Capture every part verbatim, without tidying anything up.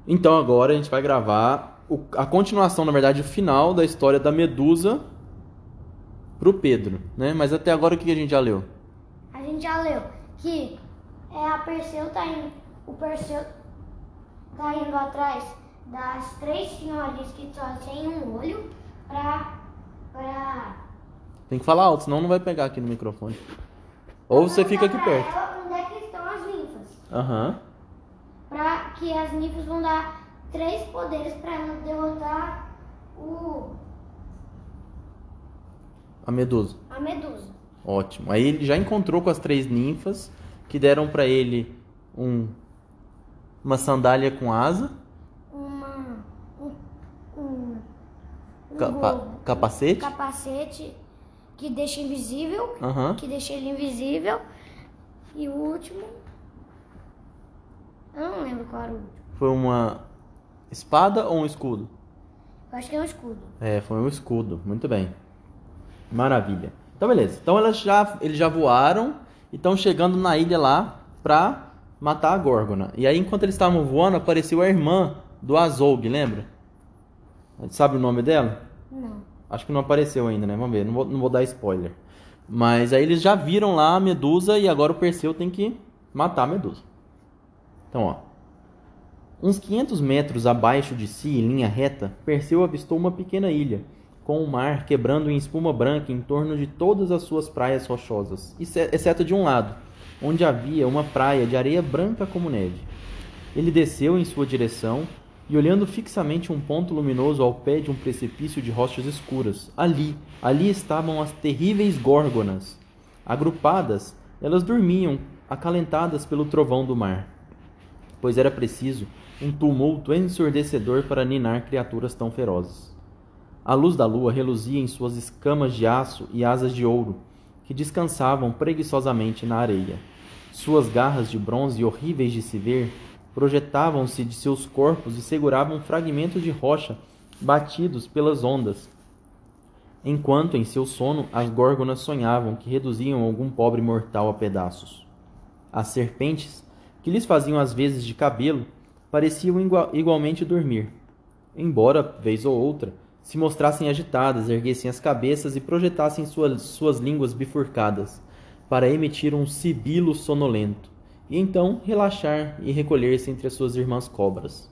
Então agora a gente vai gravar o- a continuação, na verdade, o final da história da Medusa pro Pedro, né? Mas até agora o que a gente já leu? A gente já leu que é, a Perseu tá indo, o Perseu tá indo atrás das três senhorinhas que só têm um olho pra, pra Tem que falar alto, senão não vai pegar aqui no microfone. Ou você fica aqui pra perto. ela onde é que estão as ninfas. Aham. Pra que as ninfas vão dar três poderes pra ela derrotar o, A Medusa. a Medusa. Ótimo. Aí ele já encontrou com as três ninfas que deram pra ele um, uma sandália com asa, Uma, um, um, um capa- globo, capacete. um capacete que deixa invisível, Aham. que deixa ele invisível. E o último, eu não lembro qual era o último. Foi uma espada ou um escudo? Eu acho que é um escudo. É, foi um escudo. Muito bem. Maravilha. Então, beleza. Então, elas já, eles já voaram e estão chegando na ilha lá pra matar a Górgona. E aí, enquanto eles estavam voando, apareceu a irmã do Azog, lembra? Sabe o nome dela? Não. Acho que não apareceu ainda, né? Vamos ver. Não vou, não vou dar spoiler. Mas aí eles já viram lá a Medusa e agora o Perseu tem que matar a Medusa. Então, ó. Uns quinhentos metros abaixo de si, em linha reta, Perseu avistou uma pequena ilha, com o mar quebrando em espuma branca em torno de todas as suas praias rochosas, exceto de um lado, onde havia uma praia de areia branca como neve. Ele desceu em sua direção e, olhando fixamente um ponto luminoso ao pé de um precipício de rochas escuras, ali, ali estavam as terríveis górgonas. Agrupadas, elas dormiam, acalentadas pelo trovão do mar, pois era preciso um tumulto ensurdecedor para ninar criaturas tão ferozes. A luz da lua reluzia em suas escamas de aço e asas de ouro, que descansavam preguiçosamente na areia. Suas garras de bronze, horríveis de se ver, projetavam-se de seus corpos e seguravam fragmentos de rocha batidos pelas ondas, enquanto em seu sono as górgonas sonhavam que reduziam algum pobre mortal a pedaços. As serpentes, que lhes faziam às vezes de cabelo, pareciam igual, igualmente dormir, embora, vez ou outra, se mostrassem agitadas, erguessem as cabeças e projetassem suas, suas línguas bifurcadas, para emitir um sibilo sonolento, e então relaxar e recolher-se entre as suas irmãs cobras.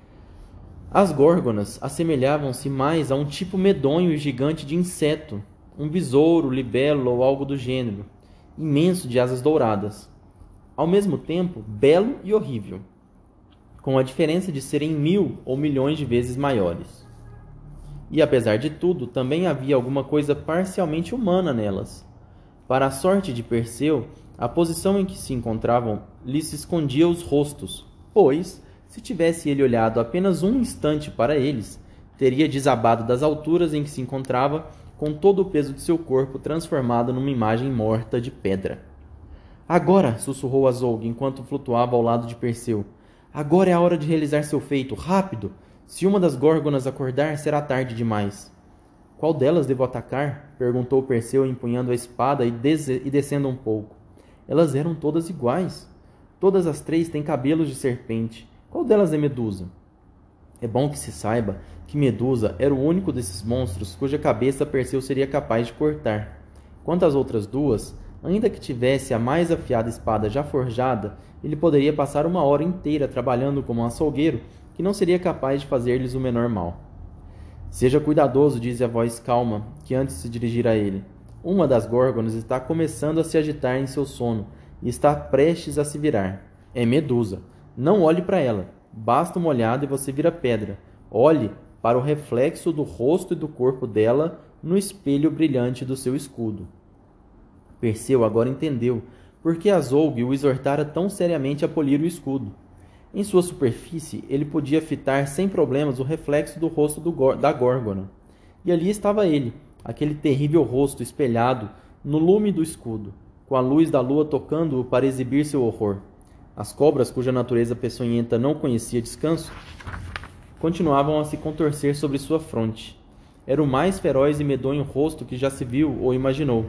As górgonas assemelhavam-se mais a um tipo medonho e gigante de inseto, um besouro, libelo ou algo do gênero, imenso de asas douradas, ao mesmo tempo belo e horrível, com a diferença de serem mil ou milhões de vezes maiores. E apesar de tudo, também havia alguma coisa parcialmente humana nelas. Para a sorte de Perseu, a posição em que se encontravam lhes escondia os rostos, pois, se tivesse ele olhado apenas um instante para eles, teria desabado das alturas em que se encontrava, com todo o peso de seu corpo transformado numa imagem morta de pedra. Agora, sussurrou Azog enquanto flutuava ao lado de Perseu. Agora é a hora de realizar seu feito. Rápido! Se uma das górgonas acordar, será tarde demais. Qual delas devo atacar? Perguntou Perseu, empunhando a espada e, des e descendo um pouco. Elas eram todas iguais. Todas as três têm cabelos de serpente. Qual delas é Medusa? É bom que se saiba que Medusa era o único desses monstros cuja cabeça Perseu seria capaz de cortar. Quanto às outras duas, ainda que tivesse a mais afiada espada já forjada, ele poderia passar uma hora inteira trabalhando como um açougueiro que não seria capaz de fazer-lhes o menor mal. Seja cuidadoso, disse a voz calma, que antes se dirigir a ele. Uma das górgonas está começando a se agitar em seu sono e está prestes a se virar. É Medusa. Não olhe para ela. Basta uma olhada e você vira pedra. Olhe para o reflexo do rosto e do corpo dela no espelho brilhante do seu escudo. Perseu agora entendeu por que Azog o exortara tão seriamente a polir o escudo. Em sua superfície, ele podia fitar sem problemas o reflexo do rosto do, da górgona. E ali estava ele, aquele terrível rosto espelhado no lume do escudo, com a luz da lua tocando-o para exibir seu horror. As cobras, cuja natureza peçonhenta não conhecia descanso, continuavam a se contorcer sobre sua fronte. Era o mais feroz e medonho rosto que já se viu ou imaginou.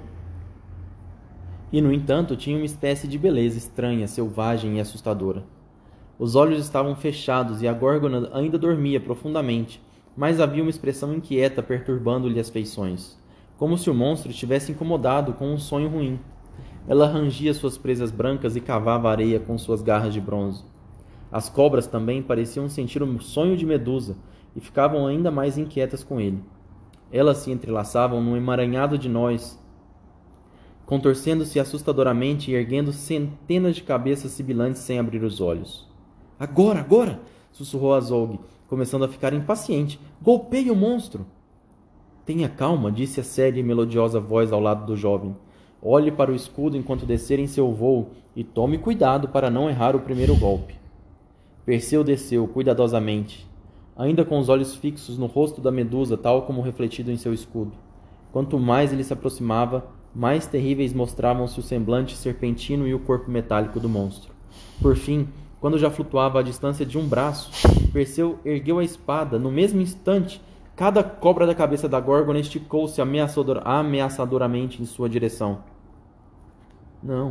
E, no entanto, tinha uma espécie de beleza estranha, selvagem e assustadora. Os olhos estavam fechados e a górgona ainda dormia profundamente, mas havia uma expressão inquieta perturbando-lhe as feições, como se o monstro estivesse incomodado com um sonho ruim. Ela rangia suas presas brancas e cavava a areia com suas garras de bronze. As cobras também pareciam sentir o sonho de Medusa e ficavam ainda mais inquietas com ele. Elas se entrelaçavam num emaranhado de nós, contorcendo-se assustadoramente e erguendo centenas de cabeças sibilantes sem abrir os olhos. Agora, agora! Sussurrou Azog, começando a ficar impaciente. Golpeie o monstro! Tenha calma, disse a séria e melodiosa voz ao lado do jovem. Olhe para o escudo enquanto descer em seu voo e tome cuidado para não errar o primeiro golpe. Perseu desceu cuidadosamente, ainda com os olhos fixos no rosto da Medusa, tal como refletido em seu escudo. Quanto mais ele se aproximava, mais terríveis mostravam-se o semblante serpentino e o corpo metálico do monstro. Por fim, quando já flutuava à distância de um braço, Perseu ergueu a espada. No mesmo instante, cada cobra da cabeça da górgona esticou-se ameaçador, ameaçadoramente em sua direção. Não.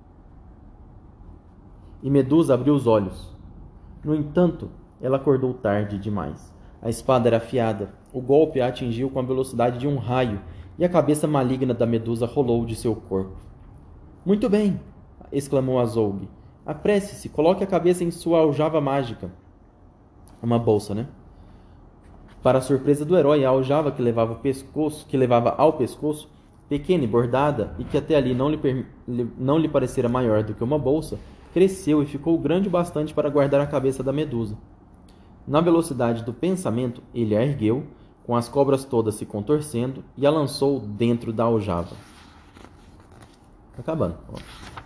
E Medusa abriu os olhos. No entanto, ela acordou tarde demais. A espada era afiada. O golpe a atingiu com a velocidade de um raio, e a cabeça maligna da Medusa rolou de seu corpo. Muito bem! Exclamou Azog. Apresse-se, coloque a cabeça em sua aljava mágica. Uma bolsa, né? Para a surpresa do herói, a aljava que levava, o pescoço, que levava ao pescoço, pequena e bordada, e que até ali não lhe, não lhe parecera maior do que uma bolsa, cresceu e ficou grande o bastante para guardar a cabeça da Medusa. Na velocidade do pensamento, ele a ergueu, com as cobras todas se contorcendo, e a lançou dentro da aljava. Tá acabando. Ó.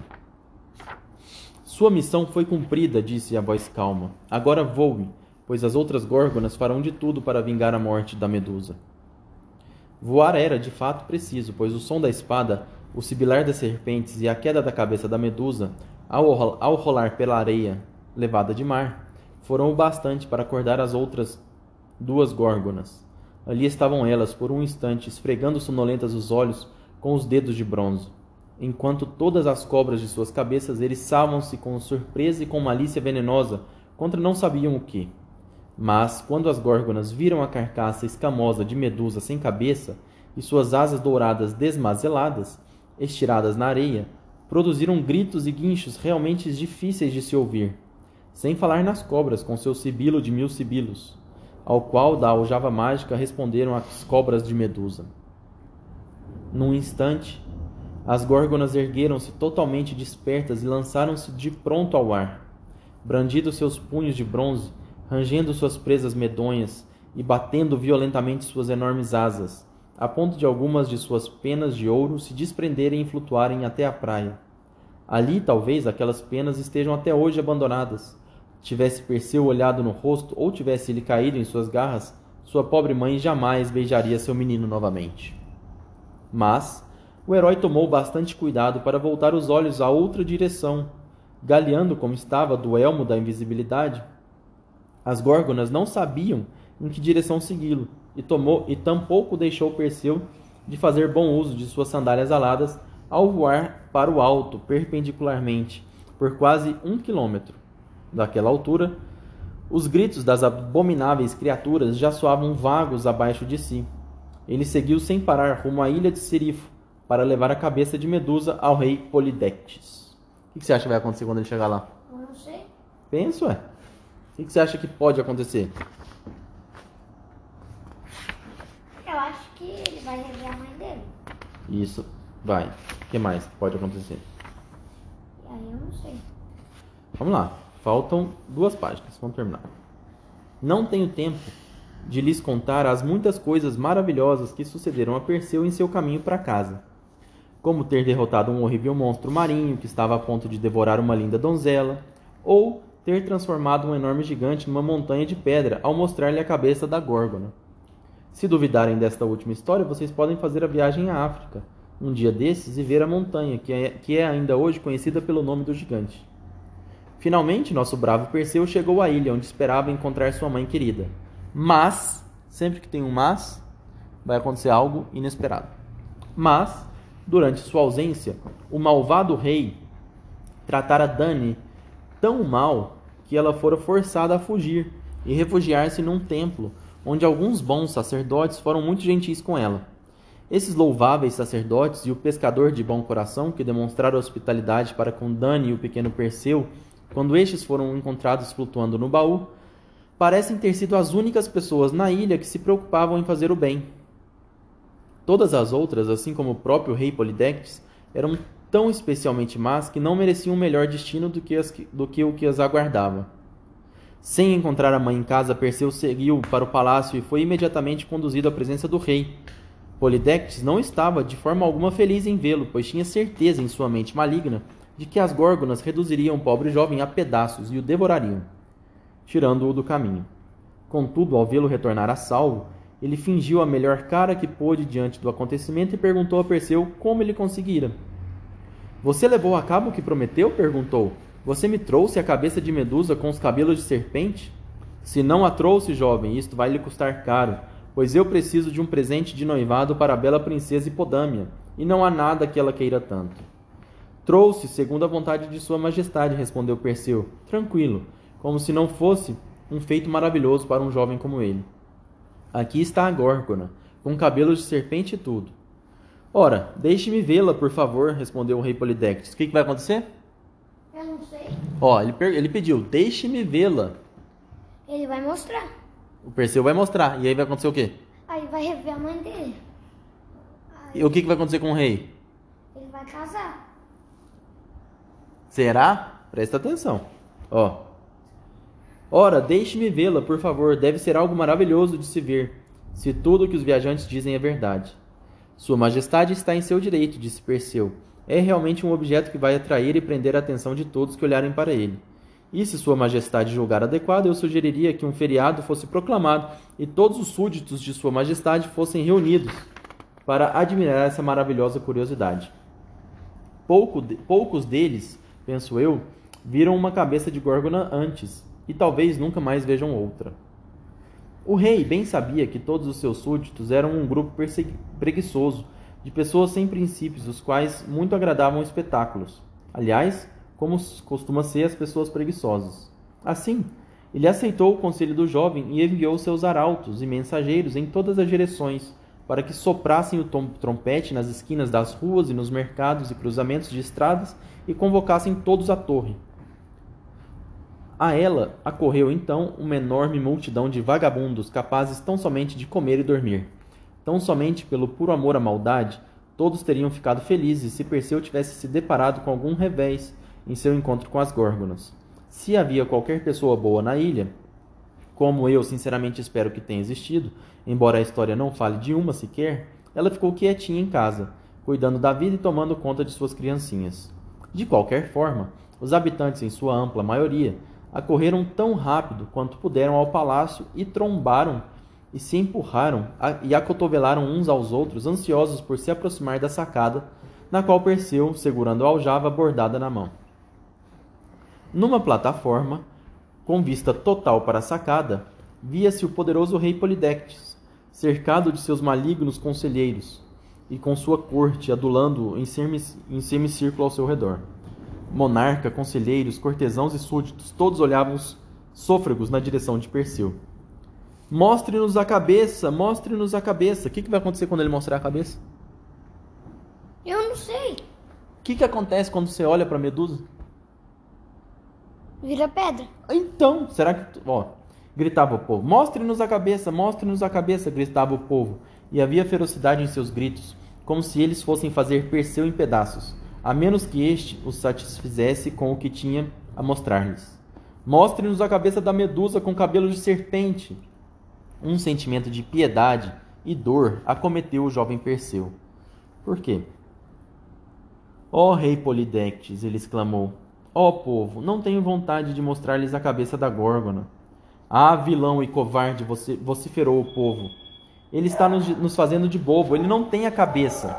Sua missão foi cumprida, disse a voz calma. Agora voe, pois as outras górgonas farão de tudo para vingar a morte da Medusa. Voar era, de fato, preciso, pois o som da espada, o sibilar das serpentes e a queda da cabeça da Medusa, ao, ao rolar pela areia levada de mar, foram o bastante para acordar as outras duas górgonas. Ali estavam elas, por um instante, esfregando sonolentas os olhos com os dedos de bronze, enquanto todas as cobras de suas cabeças eriçavam-se com surpresa e com malícia venenosa contra não sabiam o que. Mas, quando as górgonas viram a carcaça escamosa de Medusa sem cabeça e suas asas douradas desmazeladas, estiradas na areia, produziram gritos e guinchos realmente difíceis de se ouvir, sem falar nas cobras com seu sibilo de mil sibilos, ao qual da aljava mágica responderam as cobras de Medusa. Num instante, as górgonas ergueram-se totalmente despertas e lançaram-se de pronto ao ar, brandindo seus punhos de bronze, rangendo suas presas medonhas e batendo violentamente suas enormes asas, a ponto de algumas de suas penas de ouro se desprenderem e flutuarem até a praia. Ali, talvez, aquelas penas estejam até hoje abandonadas. Tivesse Perseu olhado no rosto ou tivesse ele caído em suas garras, sua pobre mãe jamais beijaria seu menino novamente. Mas o herói tomou bastante cuidado para voltar os olhos a outra direção, galeando como estava do elmo da invisibilidade. As górgonas não sabiam em que direção segui-lo, e, tomou, e tampouco deixou Perseu de fazer bom uso de suas sandálias aladas ao voar para o alto, perpendicularmente, por quase um quilômetro. Daquela altura, os gritos das abomináveis criaturas já soavam vagos abaixo de si. Ele seguiu sem parar rumo à ilha de Serifo, para levar a cabeça de Medusa ao rei Polidectes. O que você acha que vai acontecer quando ele chegar lá? Eu não sei. Pensa, ué. O que você acha que pode acontecer? Eu acho que ele vai rever a mãe dele. Isso, vai. O que mais pode acontecer? E aí eu não sei. Vamos lá. Faltam duas páginas. Vamos terminar. Não tenho tempo de lhes contar as muitas coisas maravilhosas que sucederam a Perseu em seu caminho para casa. Como ter derrotado um horrível monstro marinho que estava a ponto de devorar uma linda donzela, ou ter transformado um enorme gigante numa montanha de pedra ao mostrar-lhe a cabeça da górgona. Se duvidarem desta última história, vocês podem fazer a viagem à África, um dia desses, e ver a montanha, que é, que é ainda hoje conhecida pelo nome do gigante. Finalmente, nosso bravo Perseu chegou à ilha, onde esperava encontrar sua mãe querida. Mas, sempre que tem um mas, vai acontecer algo inesperado. Mas, durante sua ausência, o malvado rei tratara Dani tão mal que ela fora forçada a fugir e refugiar-se num templo, onde alguns bons sacerdotes foram muito gentis com ela. Esses louváveis sacerdotes e o pescador de bom coração, que demonstraram hospitalidade para com Dani e o pequeno Perseu, quando estes foram encontrados flutuando no baú, parecem ter sido as únicas pessoas na ilha que se preocupavam em fazer o bem. Todas as outras, assim como o próprio rei Polidectes, eram tão especialmente más que não mereciam um melhor destino do que, as, do que o que as aguardava. Sem encontrar a mãe em casa, Perseu seguiu para o palácio e foi imediatamente conduzido à presença do rei. Polidectes não estava de forma alguma feliz em vê-lo, pois tinha certeza em sua mente maligna de que as górgonas reduziriam o pobre jovem a pedaços e o devorariam, tirando-o do caminho. Contudo, ao vê-lo retornar a salvo, ele fingiu a melhor cara que pôde diante do acontecimento e perguntou a Perseu como ele conseguira. "Você levou a cabo o que prometeu?" perguntou. "Você me trouxe a cabeça de Medusa com os cabelos de serpente?" "Se não a trouxe, jovem, isto vai lhe custar caro, pois eu preciso de um presente de noivado para a bela princesa Hipodâmia, e não há nada que ela queira tanto." "Trouxe, segundo a vontade de sua majestade", respondeu Perseu, tranquilo, como se não fosse um feito maravilhoso para um jovem como ele. "Aqui está a Górgona, com cabelos de serpente e tudo." "Ora, deixe-me vê-la, por favor", respondeu o rei Polidectes. O que, que vai acontecer? Eu não sei. Ó, ele, ele pediu, deixe-me vê-la. Ele vai mostrar. O Perseu vai mostrar. E aí vai acontecer o quê? Aí vai rever a mãe dele. Aí E o que, que vai acontecer com o rei? ele vai casar. Será? Presta atenção. Ó. "Ora, deixe-me vê-la, por favor. Deve ser algo maravilhoso de se ver, se tudo o que os viajantes dizem é verdade." "Sua majestade está em seu direito", disse Perseu. "É realmente um objeto que vai atrair e prender a atenção de todos que olharem para ele. E se sua majestade julgar adequado, eu sugeriria que um feriado fosse proclamado e todos os súditos de sua majestade fossem reunidos para admirar essa maravilhosa curiosidade. Pouco de, poucos deles, penso eu, viram uma cabeça de górgona antes, e talvez nunca mais vejam outra." O rei bem sabia que todos os seus súditos eram um grupo preguiçoso, de pessoas sem princípios, os quais muito agradavam espetáculos. Aliás, como costuma ser as pessoas preguiçosas. Assim, ele aceitou o conselho do jovem e enviou seus arautos e mensageiros em todas as direções, para que soprassem o trompete nas esquinas das ruas e nos mercados e cruzamentos de estradas e convocassem todos à torre. A ela acorreu então uma enorme multidão de vagabundos capazes tão somente de comer e dormir. Tão somente pelo puro amor à maldade, todos teriam ficado felizes se Perseu tivesse se deparado com algum revés em seu encontro com as górgonas. Se havia qualquer pessoa boa na ilha, como eu sinceramente espero que tenha existido, embora a história não fale de uma sequer, ela ficou quietinha em casa, cuidando da vida e tomando conta de suas criancinhas. De qualquer forma, os habitantes, em sua ampla maioria, acorreram tão rápido quanto puderam ao palácio e trombaram e se empurraram e acotovelaram uns aos outros, ansiosos por se aproximar da sacada, na qual Perseu, segurando a aljava bordada na mão. Numa plataforma, com vista total para a sacada, via-se o poderoso rei Polidectes, cercado de seus malignos conselheiros, e com sua corte adulando em semicírculo ao seu redor. Monarca, conselheiros, cortesãos e súditos, todos olhavam sôfregos na direção de Perseu. "Mostre-nos a cabeça, mostre-nos a cabeça." O que, que vai acontecer quando ele mostrar a cabeça? Eu não sei. O que, que acontece quando você olha para Medusa? Vira pedra. Então, será que... Ó, gritava o povo. "Mostre-nos a cabeça, mostre-nos a cabeça", gritava o povo. E havia ferocidade em seus gritos, como se eles fossem fazer Perseu em pedaços, a menos que este os satisfizesse com o que tinha a mostrar-lhes. "Mostre-nos a cabeça da Medusa com cabelos de serpente." Um sentimento de piedade e dor acometeu o jovem Perseu. Por quê? "Ó rei Polidectes", ele exclamou, "ó povo, não tenho vontade de mostrar-lhes a cabeça da górgona." "Ah, vilão e covarde", vociferou o povo. "Ele está nos, nos fazendo de bobo, ele não tem a cabeça."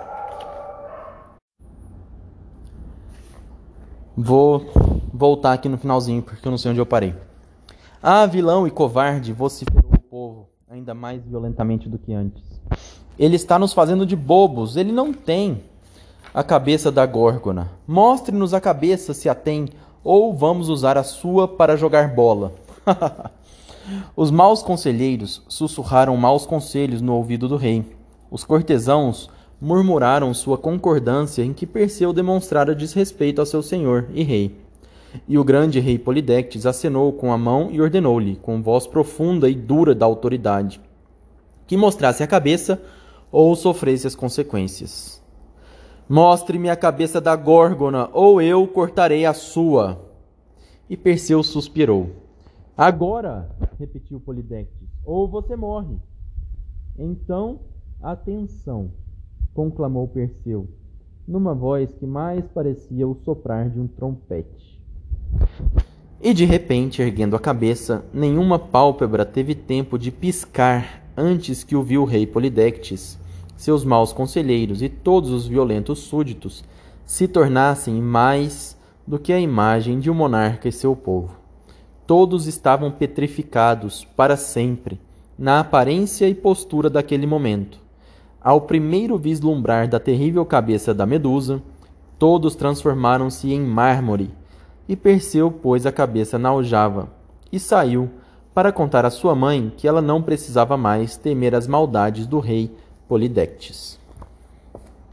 Vou voltar aqui no finalzinho, porque eu não sei onde eu parei. "Ah, vilão e covarde", vociferou o povo, ainda mais violentamente do que antes. "Ele está nos fazendo de bobos, ele não tem a cabeça da górgona. Mostre-nos a cabeça, se a tem, ou vamos usar a sua para jogar bola. Os maus conselheiros sussurraram maus conselhos no ouvido do rei. Os cortesãos murmuraram sua concordância em que Perseu demonstrara desrespeito a seu senhor e rei. E o grande rei Polidectes acenou com a mão e ordenou-lhe, com voz profunda e dura da autoridade, que mostrasse a cabeça ou sofresse as consequências. Mostre-me a cabeça da Górgona, ou eu cortarei a sua. E Perseu suspirou. Agora, repetiu Polidectes, ou você morre. Então, atenção, conclamou Perseu, numa voz que mais parecia o soprar de um trompete. E de repente, erguendo a cabeça, nenhuma pálpebra teve tempo de piscar antes que o viu o rei Polidectes, seus maus conselheiros e todos os violentos súditos se tornassem mais do que a imagem de um monarca e seu povo. Todos estavam petrificados para sempre, na aparência e postura daquele momento. Ao primeiro vislumbrar da terrível cabeça da Medusa, todos transformaram-se em mármore, e Perseu pôs a cabeça na aljava e saiu para contar à sua mãe que ela não precisava mais temer as maldades do rei Polidectes.